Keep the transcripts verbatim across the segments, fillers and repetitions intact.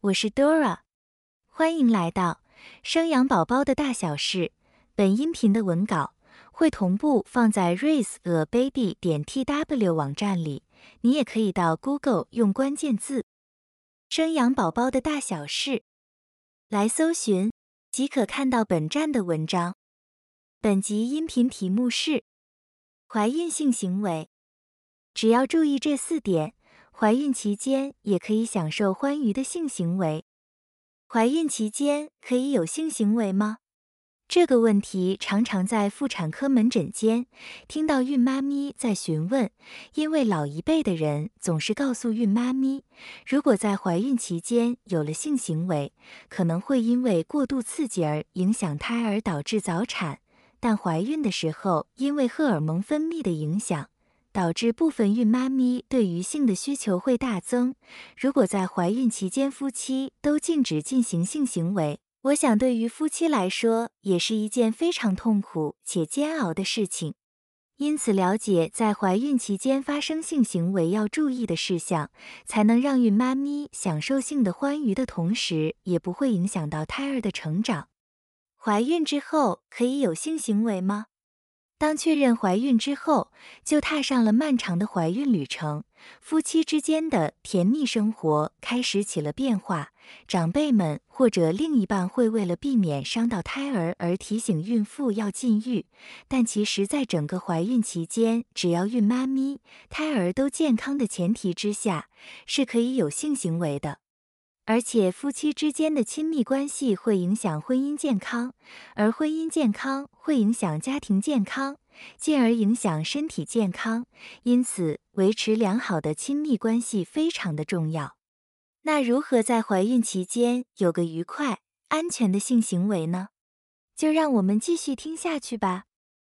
我是 Dora， 欢迎来到生养宝宝的大小事。本音频的文稿会同步放在 raise a baby 点 t w 网站里，你也可以到 Google 用关键字生养宝宝的大小事来搜寻，即可看到本站的文章。本集音频题目是怀孕性行为，只要注意这四点，怀孕期间也可以享受欢愉的性行为。怀孕期间可以有性行为吗？这个问题常常在妇产科门诊间听到孕妈咪在询问，因为老一辈的人总是告诉孕妈咪，如果在怀孕期间有了性行为，可能会因为过度刺激而影响胎儿，导致早产。但怀孕的时候，因为荷尔蒙分泌的影响，导致部分孕妈咪对于性的需求会大增。如果在怀孕期间夫妻都禁止进行性行为，我想对于夫妻来说也是一件非常痛苦且煎熬的事情。因此，了解在怀孕期间发生性行为要注意的事项，才能让孕妈咪享受性的欢愉的同时，也不会影响到胎儿的成长。怀孕之后可以有性行为吗？当确认怀孕之后，就踏上了漫长的怀孕旅程，夫妻之间的甜蜜生活开始起了变化。长辈们或者另一半会为了避免伤到胎儿而提醒孕妇要禁欲，但其实在整个怀孕期间，只要孕妈咪、胎儿都健康的前提之下，是可以有性行为的。而且夫妻之间的亲密关系会影响婚姻健康，而婚姻健康会影响家庭健康，进而影响身体健康，因此维持良好的亲密关系非常的重要。那如何在怀孕期间有个愉快、安全的性行为呢？就让我们继续听下去吧。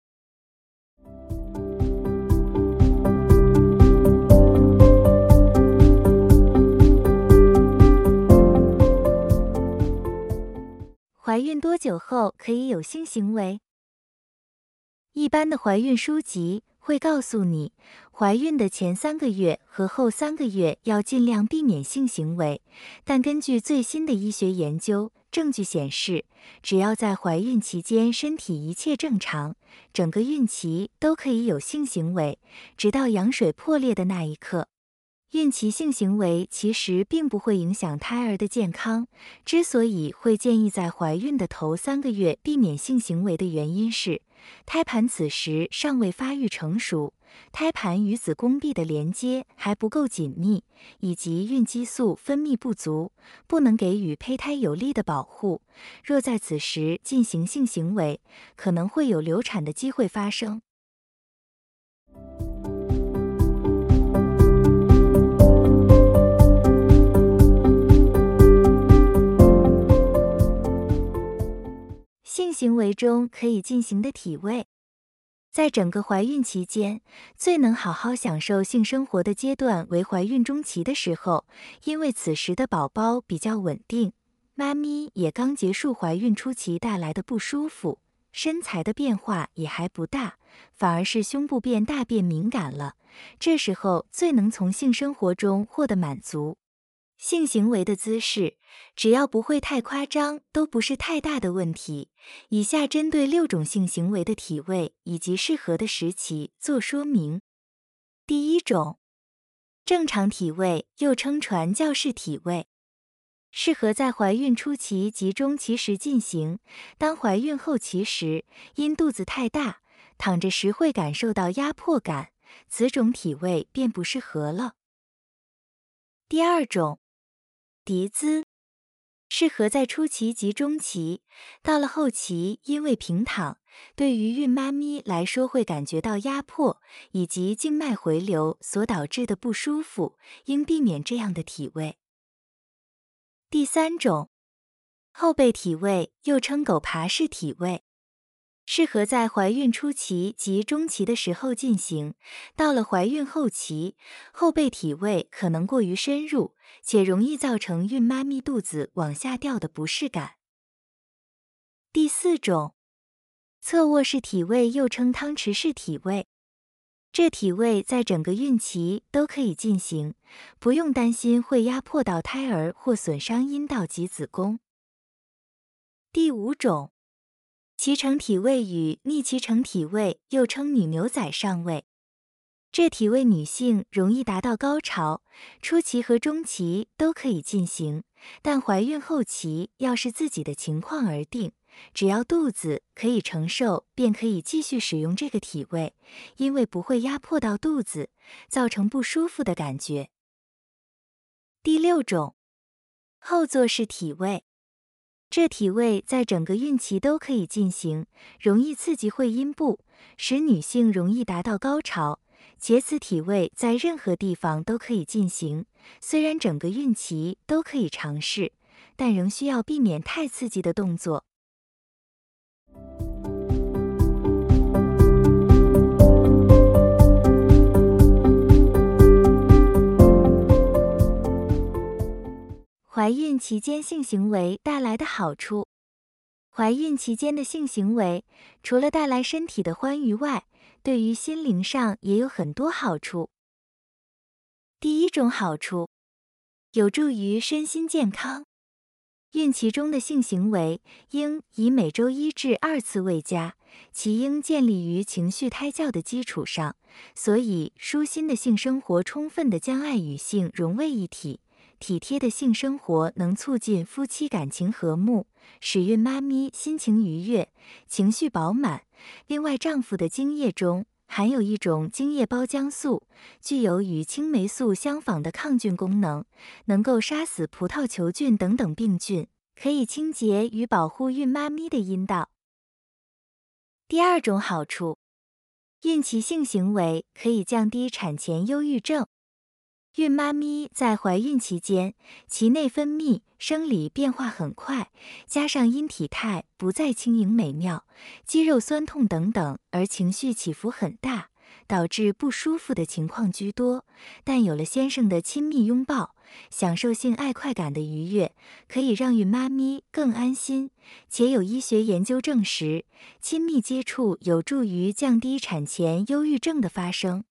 怀孕多久后可以有性行为？一般的怀孕书籍会告诉你，怀孕的前三个月和后三个月要尽量避免性行为，但根据最新的医学研究，证据显示，只要在怀孕期间身体一切正常，整个孕期都可以有性行为，直到羊水破裂的那一刻。孕期性行为其实并不会影响胎儿的健康，之所以会建议在怀孕的头三个月避免性行为的原因是，胎盘此时尚未发育成熟，胎盘与子宫壁的连接还不够紧密，以及孕激素分泌不足，不能给予胚胎有力的保护。若在此时进行性行为，可能会有流产的机会发生。性行为中可以进行的体位，在整个怀孕期间，最能好好享受性生活的阶段为怀孕中期的时候，因为此时的宝宝比较稳定，妈咪也刚结束怀孕初期带来的不舒服，身材的变化也还不大，反而是胸部变大变敏感了，这时候最能从性生活中获得满足。性行为的姿势，只要不会太夸张，都不是太大的问题。以下针对六种性行为的体位以及适合的时期做说明。第一种，正常体位，又称传教士体位，适合在怀孕初期及中期时进行。当怀孕后期时，因肚子太大，躺着时会感受到压迫感，此种体位便不适合了。第二种，蝶姿，适合在初期及中期，到了后期因为平躺，对于孕妈咪来说会感觉到压迫以及静脉回流所导致的不舒服，应避免这样的体位。第三种，后背体位，又称狗爬式体位，适合在怀孕初期及中期的时候进行，到了怀孕后期，后背体位可能过于深入，且容易造成孕妈咪肚子往下掉的不适感。第四种，侧卧式体位，又称汤匙式体位， 这体位在整个孕期都可以进行，不用担心会压迫到胎儿或损伤阴道及子宫。第五种，脐橙体位与逆脐橙体位又称女牛仔上位。这体位女性容易达到高潮，初期和中期都可以进行，但怀孕后期要视自己的情况而定。只要肚子可以承受，便可以继续使用这个体位，因为不会压迫到肚子，造成不舒服的感觉。第六种，后坐式体位。这体位在整个孕期都可以进行，容易刺激会阴部，使女性容易达到高潮。且此体位在任何地方都可以进行，虽然整个孕期都可以尝试，但仍需要避免太刺激的动作。怀孕期间性行为带来的好处。怀孕期间的性行为，除了带来身体的欢愉外，对于心灵上也有很多好处。第一种好处，有助于身心健康。孕期中的性行为应以每周一至二次为佳，其应建立于情绪胎教的基础上，所以舒心的性生活充分地将爱与性融为一体。体贴的性生活能促进夫妻感情和睦，使孕妈咪心情愉悦，情绪饱满。另外，丈夫的精液中含有一种精液胞浆素，具有与青霉素相仿的抗菌功能，能够杀死葡萄球菌等等病菌，可以清洁与保护孕妈咪的阴道。第二种好处，孕期性行为可以降低产前忧郁症。孕妈咪在怀孕期间，其内分泌、生理变化很快，加上因体态不再轻盈美妙，肌肉酸痛等等，而情绪起伏很大，导致不舒服的情况居多。但有了先生的亲密拥抱，享受性爱快感的愉悦，可以让孕妈咪更安心。且有医学研究证实，亲密接触有助于降低产前忧郁症的发生。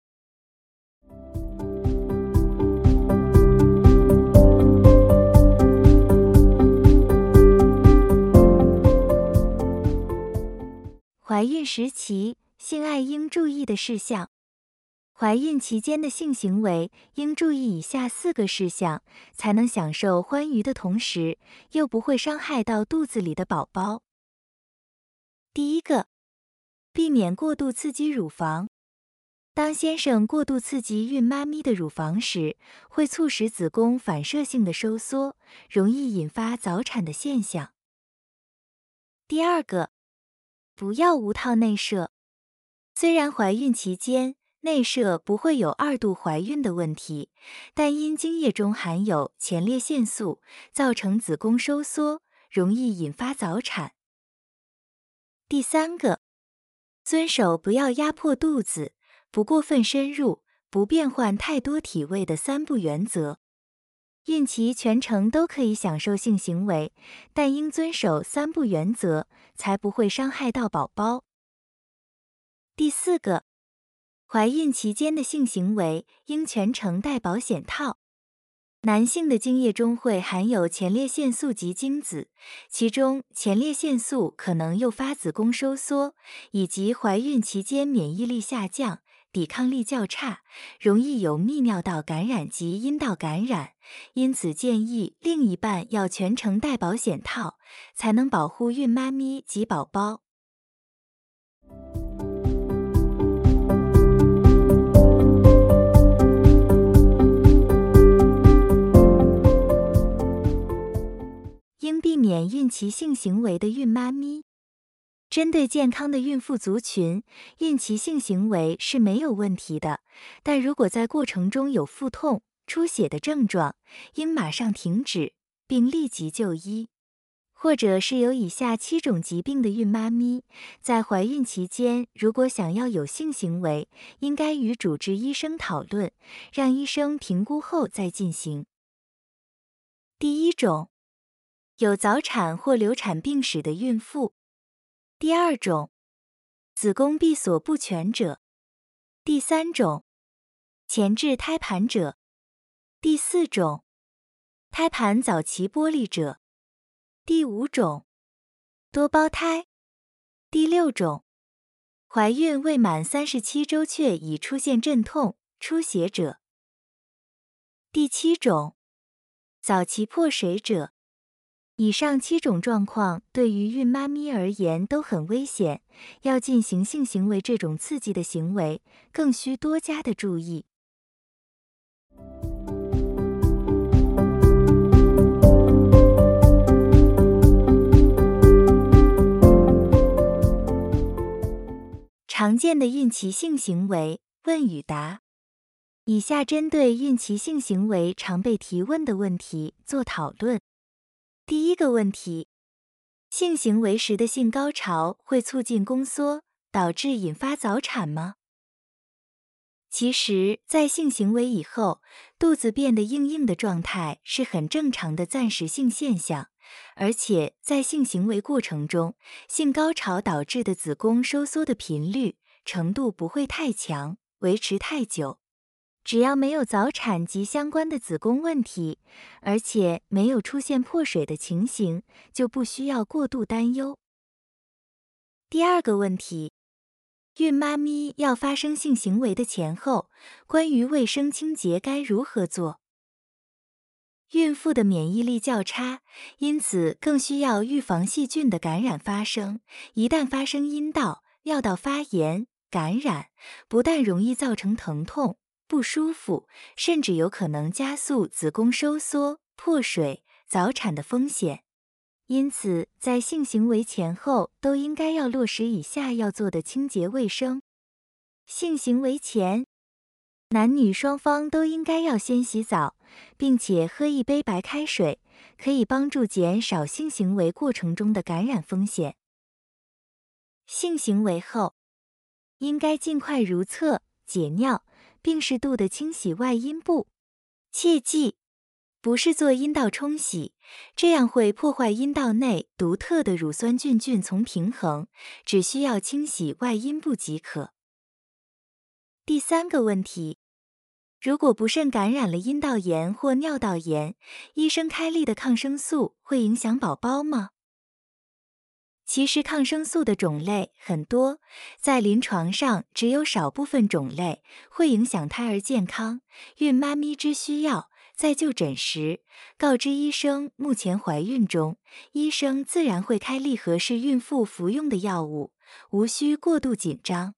怀孕时期性爱应注意的事项。怀孕期间的性行为应注意以下四个事项，才能享受欢愉的同时，又不会伤害到肚子里的宝宝。第一个，避免过度刺激乳房。当先生过度刺激孕妈咪的乳房时，会促使子宫反射性的收缩，容易引发早产的现象。第二个，不要无套内射。虽然怀孕期间内射不会有二度怀孕的问题，但因精液中含有前列腺素，造成子宫收缩，容易引发早产。第三个，遵守不要压迫肚子，不过分深入，不变换太多体位的三不原则。孕期全程都可以享受性行为，但应遵守三不原则，才不会伤害到宝宝。第四个，怀孕期间的性行为应全程戴保险套。男性的精液中会含有前列腺素及精子，其中前列腺素可能诱发子宫收缩，以及怀孕期间免疫力下降，抵抗力较差，容易有泌尿道感染及阴道感染，因此建议另一半要全程戴保险套，才能保护孕妈咪及宝宝。应避免孕期性行为的孕妈咪。针对健康的孕妇族群，孕期性行为是没有问题的，但如果在过程中有腹痛、出血的症状，应马上停止，并立即就医。或者是有以下七种疾病的孕妈咪，在怀孕期间如果想要有性行为，应该与主治医生讨论，让医生评估后再进行。第一种，有早产或流产病史的孕妇。第二种，子宫闭锁不全者。 第三种，前置胎盘者。第四种，胎盘早期剥离者。第五种，多胞胎。第六种，怀孕未满三十七周却已出现阵痛、出血者。第七种，早期破水者。以上七种状况对于孕妈咪而言都很危险，要进行性行为这种刺激的行为，更需多加的注意。常见的孕期性行为问与答。以下针对孕期性行为常被提问的问题做讨论。第一个问题，性行为时的性高潮会促进宫缩，导致引发早产吗？其实，在性行为以后，肚子变得硬硬的状态是很正常的暂时性现象，而且在性行为过程中，性高潮导致的子宫收缩的频率、程度不会太强，维持太久。只要没有早产及相关的子宫问题，而且没有出现破水的情形，就不需要过度担忧。第二个问题，孕妈咪要发生性行为的前后，关于卫生清洁该如何做？孕妇的免疫力较差，因此更需要预防细菌的感染发生。一旦发生阴道、尿道发炎、感染，不但容易造成疼痛、不舒服，甚至有可能加速子宫收缩、破水、早产的风险。因此，在性行为前后都应该要落实以下要做的清洁卫生。性行为前，男女双方都应该要先洗澡，并且喝一杯白开水，可以帮助减少性行为过程中的感染风险。性行为后，应该尽快如厕、解尿，并适度的清洗外阴部。切记，不是做阴道冲洗，这样会破坏阴道内独特的乳酸菌菌丛平衡，只需要清洗外阴部即可。第三个问题，如果不慎感染了阴道炎或尿道炎，医生开立的抗生素会影响宝宝吗？其实抗生素的种类很多，在临床上只有少部分种类会影响胎儿健康。孕妈咪只需要在就诊时告知医生目前怀孕中，医生自然会开立合适孕妇服用的药物，无需过度紧张。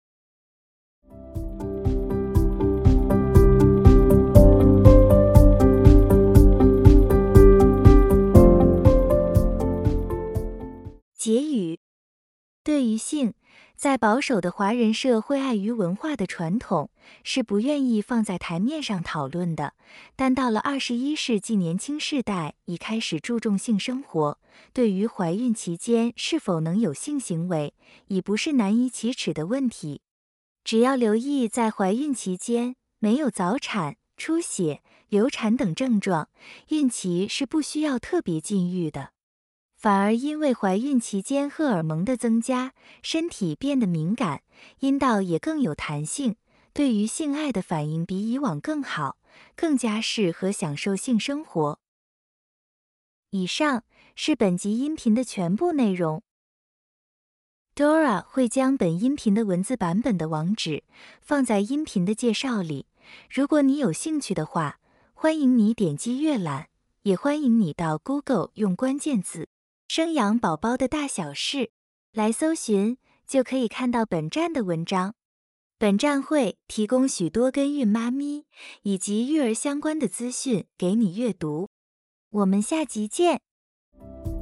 结语：对于性，在保守的华人社会碍于文化的传统，是不愿意放在台面上讨论的。但到了二十一世纪，年轻世代已开始注重性生活，对于怀孕期间是否能有性行为，已不是难以启齿的问题。只要留意在怀孕期间没有早产、出血、流产等症状，孕期是不需要特别禁欲的。反而因为怀孕期间荷尔蒙的增加，身体变得敏感，阴道也更有弹性，对于性爱的反应比以往更好，更加适合享受性生活。以上是本集音频的全部内容。Dora 会将本音频的文字版本的网址放在音频的介绍里，如果你有兴趣的话，欢迎你点击阅览，也欢迎你到 Google 用关键字生养宝宝的大小事来搜寻，就可以看到本站的文章。本站会提供许多跟孕妈咪以及育儿相关的资讯给你阅读。我们下集见。